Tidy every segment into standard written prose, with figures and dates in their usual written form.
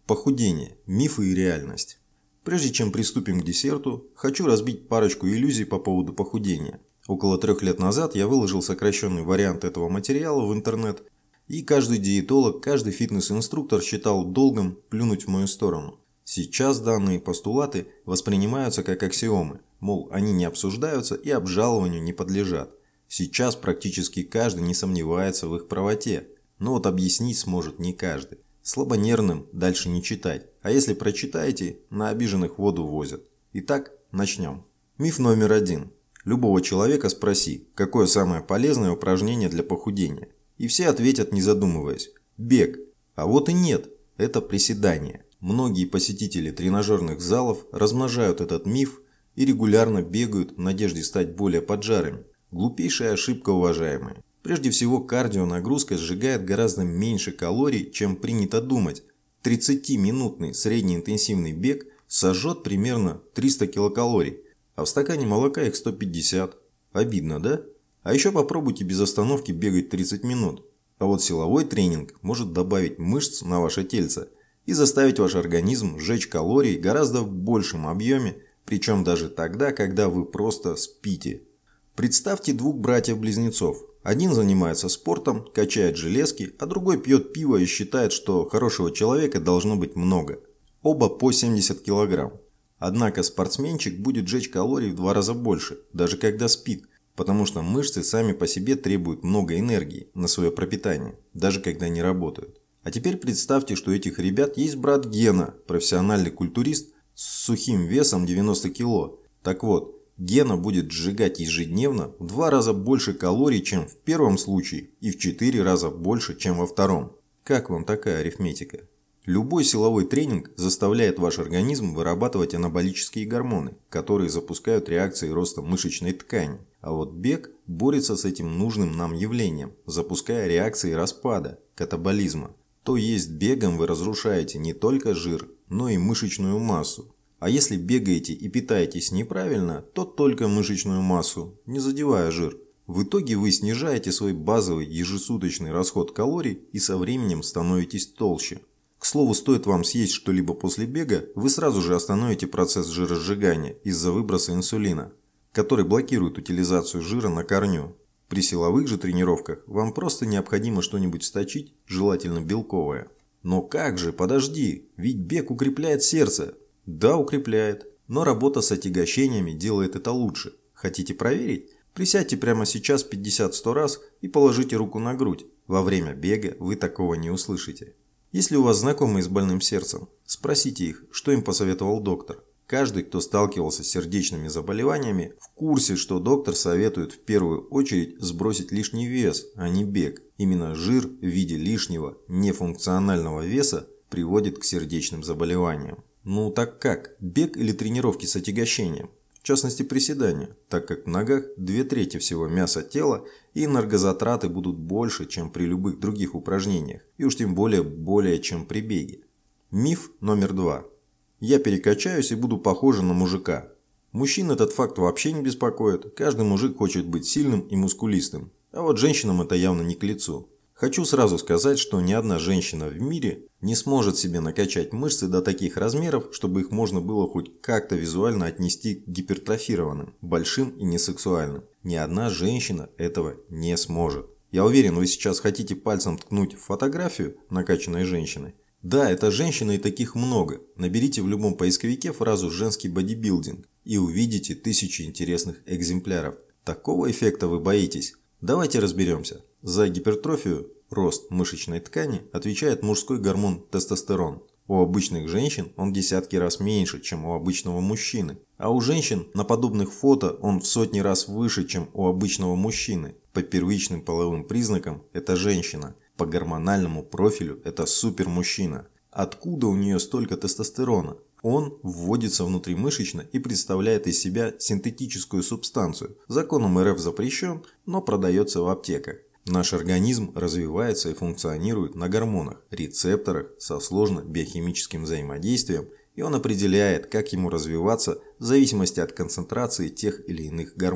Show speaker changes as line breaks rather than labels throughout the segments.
Похудение. Мифы и реальность. Прежде чем приступим к десерту, хочу разбить парочку иллюзий по поводу похудения. Около 3 лет назад я выложил сокращенный вариант этого материала в интернет, и каждый диетолог, каждый фитнес-инструктор считал долгом плюнуть в мою сторону. Сейчас данные постулаты воспринимаются как аксиомы, мол, они не обсуждаются и обжалованию не подлежат. Сейчас практически каждый не сомневается в их правоте, но вот объяснить сможет не каждый. Слабонервным дальше не читать, а если прочитаете, на обиженных воду возят. Итак, начнем. Миф номер 1. Любого человека спроси, какое самое полезное упражнение для похудения. И все ответят, не задумываясь: бег. А вот и нет, это приседание. Многие посетители тренажерных залов размножают этот миф и регулярно бегают в надежде стать более поджарыми. Глупейшая ошибка, уважаемые. Прежде всего, кардионагрузка сжигает гораздо меньше калорий, чем принято думать. 30-минутный среднеинтенсивный бег сожжет примерно 300 килокалорий, а в стакане молока их 150. Обидно, да? А еще попробуйте без остановки бегать 30 минут. А вот силовой тренинг может добавить мышц на ваше тельце и заставить ваш организм сжечь калорий гораздо в большем объеме, причем даже тогда, когда вы просто спите. Представьте двух братьев-близнецов. Один занимается спортом, качает железки, а другой пьет пиво и считает, что хорошего человека должно быть много. Оба по 70 килограмм. Однако спортсменчик будет жечь калорий в 2 раза больше, даже когда спит, потому что мышцы сами по себе требуют много энергии на свое пропитание, даже когда не работают. А теперь представьте, что у этих ребят есть брат Гена, профессиональный культурист с сухим весом 90 кило. Так вот, Гена будет сжигать ежедневно в 2 раза больше калорий, чем в первом случае, и в 4 раза больше, чем во втором. Как вам такая арифметика? Любой силовой тренинг заставляет ваш организм вырабатывать анаболические гормоны, которые запускают реакции роста мышечной ткани. А вот бег борется с этим нужным нам явлением, запуская реакции распада, катаболизма. То есть бегом вы разрушаете не только жир, но и мышечную массу. А если бегаете и питаетесь неправильно, то только мышечную массу, не задевая жир. В итоге вы снижаете свой базовый ежесуточный расход калорий и со временем становитесь толще. К слову, стоит вам съесть что-либо после бега, вы сразу же остановите процесс жиросжигания из-за выброса инсулина, который блокирует утилизацию жира на корню. При силовых же тренировках вам просто необходимо что-нибудь сточить, желательно белковое. Но как же, подожди, ведь бег укрепляет сердце. Да, укрепляет, но работа с отягощениями делает это лучше. Хотите проверить? Присядьте прямо сейчас 50-100 раз и положите руку на грудь. Во время бега вы такого не услышите. Если у вас знакомые с больным сердцем, спросите их, что им посоветовал доктор. Каждый, кто сталкивался с сердечными заболеваниями, в курсе, что доктор советует в первую очередь сбросить лишний вес, а не бег. Именно жир в виде лишнего, нефункционального веса приводит к сердечным заболеваниям. Ну так как, бег или тренировки с отягощением? В частности приседания, так как в ногах 2/3 всего мяса тела и энергозатраты будут больше, чем при любых других упражнениях, и уж тем более чем при беге. Миф номер 2. Я перекачаюсь и буду похожа на мужика. Мужчин этот факт вообще не беспокоит, каждый мужик хочет быть сильным и мускулистым, а вот женщинам это явно не к лицу. Хочу сразу сказать, что ни одна женщина в мире не сможет себе накачать мышцы до таких размеров, чтобы их можно было хоть как-то визуально отнести к гипертрофированным, большим и несексуальным. Ни одна женщина этого не сможет. Я уверен, вы сейчас хотите пальцем ткнуть в фотографию накачанной женщины. Да, это женщина и таких много. Наберите в любом поисковике фразу «женский бодибилдинг» и увидите тысячи интересных экземпляров. Такого эффекта вы боитесь? Давайте разберемся. За гипертрофию, рост мышечной ткани, отвечает мужской гормон тестостерон. У обычных женщин он в десятки раз меньше, чем у обычного мужчины. А у женщин на подобных фото он в сотни раз выше, чем у обычного мужчины. По первичным половым признакам это женщина. По гормональному профилю это супермужчина. Откуда у нее столько тестостерона? Он вводится внутримышечно и представляет из себя синтетическую субстанцию. Законом РФ запрещен, но продается в аптеках. Наш организм развивается и функционирует на гормонах, рецепторах со сложным биохимическим взаимодействием, и он определяет, как ему развиваться в зависимости от концентрации тех или иных гормонов.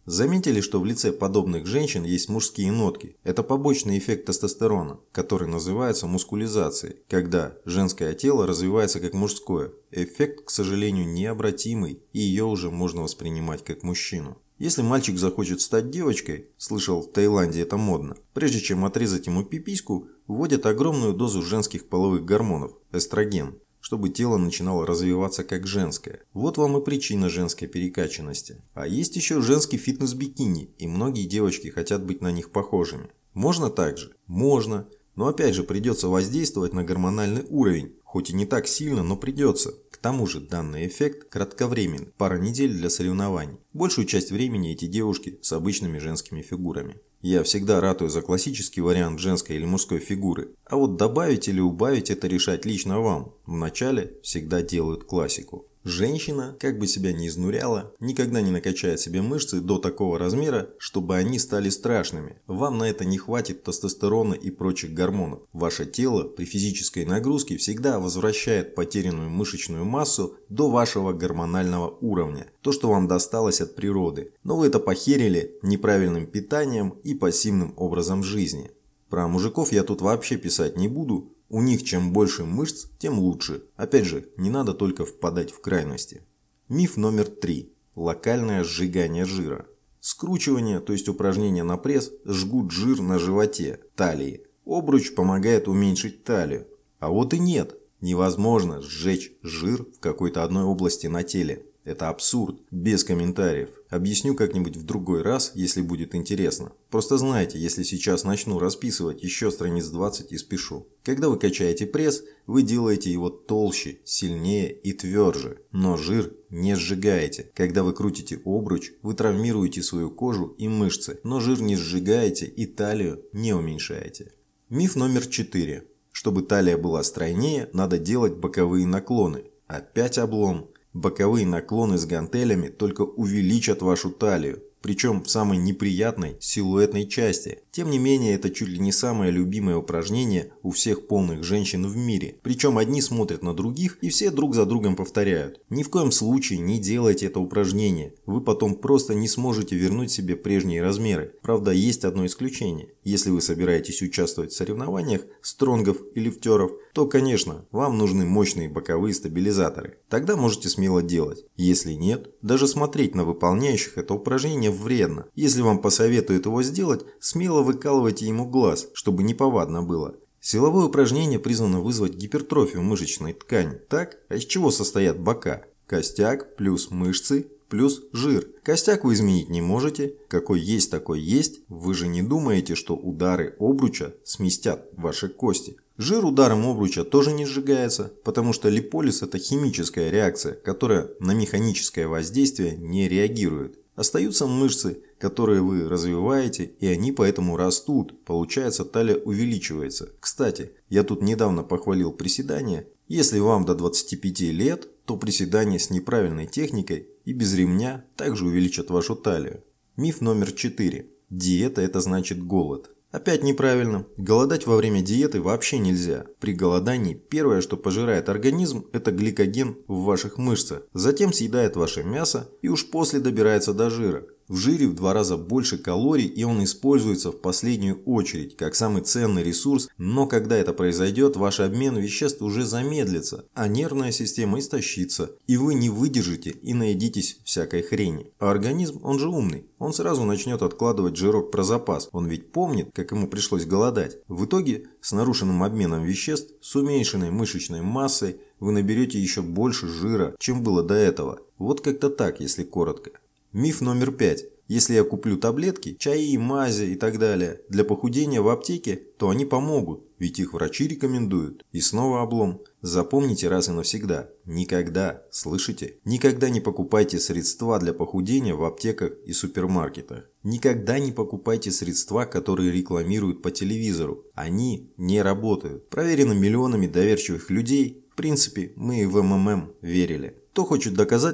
Заметили, что в лице подобных женщин есть мужские нотки? Это побочный эффект тестостерона, который называется мускулизацией, когда женское тело развивается как мужское. Эффект, к сожалению, необратимый, и ее уже можно воспринимать как мужчину. Если мальчик захочет стать девочкой, слышал, в Таиланде это модно, прежде чем отрезать ему пипиську, вводят огромную дозу женских половых гормонов – эстроген, чтобы тело начинало развиваться как женское. Вот вам и причина женской перекачанности. А есть еще женский фитнес-бикини, и многие девочки хотят быть на них похожими. Можно так же? Можно. Но опять же придется воздействовать на гормональный уровень. Хоть и не так сильно, но придется. К тому же данный эффект кратковременный, пара недель для соревнований. Большую часть времени эти девушки с обычными женскими фигурами. Я всегда ратую за классический вариант женской или мужской фигуры. А вот добавить или убавить это решать лично вам. Вначале всегда делают классику. Женщина, как бы себя ни изнуряла, никогда не накачает себе мышцы до такого размера, чтобы они стали страшными. Вам на это не хватит тестостерона и прочих гормонов. Ваше тело при физической нагрузке всегда возвращает потерянную мышечную массу до вашего гормонального уровня. То, что вам досталось от природы. Но вы это похерили неправильным питанием и пассивным образом жизни. Про мужиков я тут вообще писать не буду. У них чем больше мышц, тем лучше. Опять же, не надо только впадать в крайности. Миф номер 3. Локальное сжигание жира. Скручивание, то есть упражнения на пресс, жгут жир на животе, талии. Обруч помогает уменьшить талию. А вот и нет. Невозможно сжечь жир в какой-то одной области на теле. Это абсурд. Без комментариев. Объясню как-нибудь в другой раз, если будет интересно. Просто знайте, если сейчас начну расписывать еще страниц 20 и спешу. Когда вы качаете пресс, вы делаете его толще, сильнее и тверже. Но жир не сжигаете. Когда вы крутите обруч, вы травмируете свою кожу и мышцы. Но жир не сжигаете и талию не уменьшаете. Миф номер 4. Чтобы талия была стройнее, надо делать боковые наклоны. Опять облом. Боковые наклоны с гантелями только увеличат вашу талию, причем в самой неприятной силуэтной части. Тем не менее, это чуть ли не самое любимое упражнение у всех полных женщин в мире. Причем одни смотрят на других и все друг за другом повторяют. Ни в коем случае не делайте это упражнение. Вы потом просто не сможете вернуть себе прежние размеры. Правда, есть одно исключение. Если вы собираетесь участвовать в соревнованиях стронгов и лифтеров, то, конечно, вам нужны мощные боковые стабилизаторы. Тогда можете смело делать. Если нет, даже смотреть на выполняющих это упражнение вредно. Если вам посоветуют его сделать, смело выкалывайте ему глаз, чтобы неповадно было. Силовое упражнение призвано вызвать гипертрофию мышечной ткани. Так, а из чего состоят бока? Костяк плюс мышцы плюс жир. Костяк вы изменить не можете. Какой есть, такой есть. Вы же не думаете, что удары обруча сместят ваши кости. Жир ударом обруча тоже не сжигается, потому что липолиз – это химическая реакция, которая на механическое воздействие не реагирует. Остаются мышцы, которые вы развиваете, и они поэтому растут. Получается, талия увеличивается. Кстати, я тут недавно похвалил приседания. Если вам до 25 лет, то приседания с неправильной техникой и без ремня также увеличат вашу талию. Миф номер 4. Диета – это значит голод. Опять неправильно. Голодать во время диеты вообще нельзя. При голодании первое, что пожирает организм, это гликоген в ваших мышцах. Затем съедает ваше мясо и уж после добирается до жира. В жире в 2 раза больше калорий, и он используется в последнюю очередь, как самый ценный ресурс, но когда это произойдет, ваш обмен веществ уже замедлится, а нервная система истощится, и вы не выдержите и наедитесь всякой хрени. А организм, он же умный, он сразу начнет откладывать жирок про запас, он ведь помнит, как ему пришлось голодать. В итоге, с нарушенным обменом веществ, с уменьшенной мышечной массой, вы наберете еще больше жира, чем было до этого. Вот как-то так, если коротко. Миф номер 5. Если я куплю таблетки, чаи, мази и так далее для похудения в аптеке, то они помогут, ведь их врачи рекомендуют. И снова облом. Запомните раз и навсегда. Никогда, слышите? Никогда не покупайте средства для похудения в аптеках и супермаркетах. Никогда не покупайте средства, которые рекламируют по телевизору. Они не работают. Проверено миллионами доверчивых людей. В принципе, мы и в МММ верили. Кто хочет доказательств,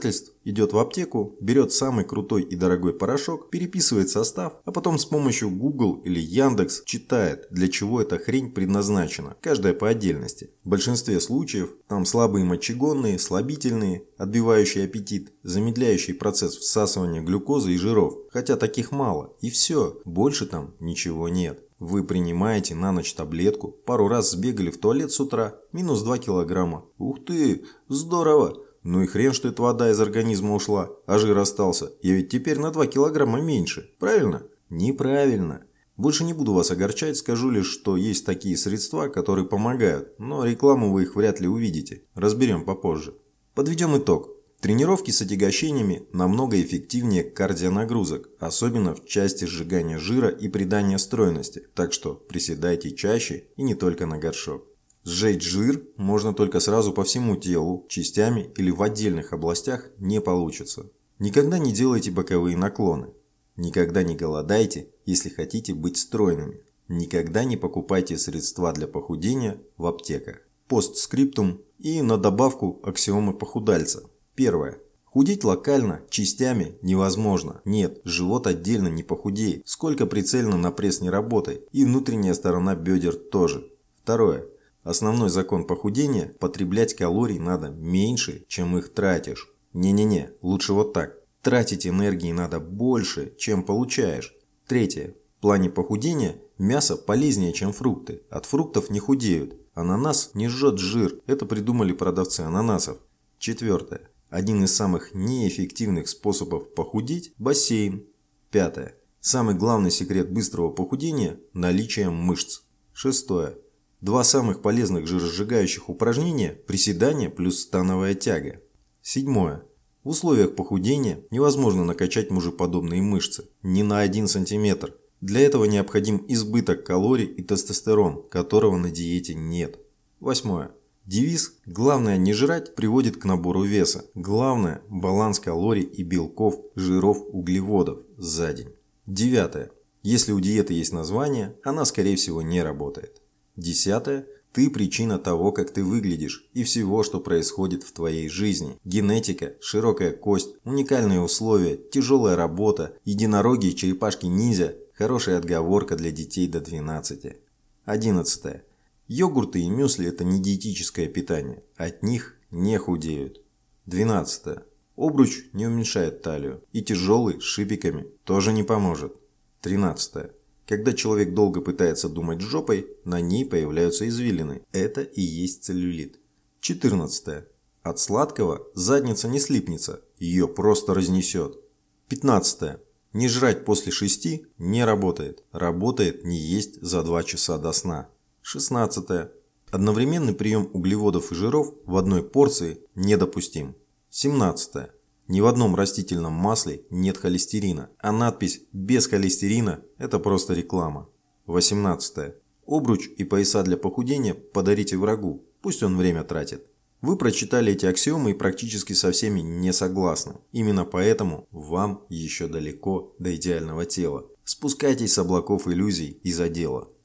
идет в аптеку, берет самый крутой и дорогой порошок, переписывает состав, а потом с помощью Google или Яндекс читает, для чего эта хрень предназначена, каждая по отдельности. В большинстве случаев там слабые мочегонные, слабительные, отбивающие аппетит, замедляющие процесс всасывания глюкозы и жиров, хотя таких мало, и все, больше там ничего нет. Вы принимаете на ночь таблетку, пару раз сбегали в туалет с утра, минус 2 килограмма. Ух ты, здорово! Ну и хрен, что эта вода из организма ушла, а жир остался. Я ведь теперь на 2 килограмма меньше, правильно? Неправильно. Больше не буду вас огорчать, скажу лишь, что есть такие средства, которые помогают, но рекламу вы их вряд ли увидите. Разберем попозже. Подведем итог. Тренировки с отягощениями намного эффективнее кардионагрузок, особенно в части сжигания жира и придания стройности, так что приседайте чаще и не только на горшок. Сжечь жир можно только сразу по всему телу, частями или в отдельных областях не получится. Никогда не делайте боковые наклоны. Никогда не голодайте, если хотите быть стройными. Никогда не покупайте средства для похудения в аптеках. Постскриптум и на добавку аксиомы похудальца. Первое. Худеть локально, частями невозможно. Нет, живот отдельно не похудеет, сколько прицельно на пресс не работай, и внутренняя сторона бедер тоже. Второе. Основной закон похудения – потреблять калорий надо меньше, чем их тратишь. Не-не-не, лучше вот так. Тратить энергии надо больше, чем получаешь. Третье. В плане похудения мясо полезнее, чем фрукты. От фруктов не худеют. Ананас не жжет жир. Это придумали продавцы ананасов. Четвертое. Один из самых неэффективных способов похудеть – бассейн. Пятое. Самый главный секрет быстрого похудения – наличие мышц. Шестое. Два самых полезных жиросжигающих упражнения – приседания плюс становая тяга. Седьмое. В условиях похудения невозможно накачать мужеподобные мышцы ни на 1 сантиметр. Для этого необходим избыток калорий и тестостерон, которого на диете нет. Восьмое. Девиз «Главное не жрать» приводит к набору веса. Главное – баланс калорий и белков, жиров, углеводов за день. Девятое. Если у диеты есть название, она скорее всего не работает. Десятое. Ты причина того, как ты выглядишь и всего, что происходит в твоей жизни. Генетика, широкая кость, уникальные условия, тяжелая работа, единороги и черепашки-ниндзя – хорошая отговорка для детей до 12. 11. Йогурты и мюсли – это не диетическое питание. От них не худеют. 12. Обруч не уменьшает талию. И тяжелый с шипиками тоже не поможет. 13. Когда человек долго пытается думать жопой, на ней появляются извилины. Это и есть целлюлит. 14. От сладкого задница не слипнется. Ее просто разнесет. 15. Не жрать после 6 не работает. Работает не есть за 2 часа до сна. 16. Одновременный прием углеводов и жиров в одной порции недопустим. 17. Ни в одном растительном масле нет холестерина, а надпись «без холестерина» – это просто реклама. 18. Обруч и пояса для похудения подарите врагу, пусть он время тратит. Вы прочитали эти аксиомы и практически со всеми не согласны. Именно поэтому вам еще далеко до идеального тела. Спускайтесь с облаков иллюзий и за дело.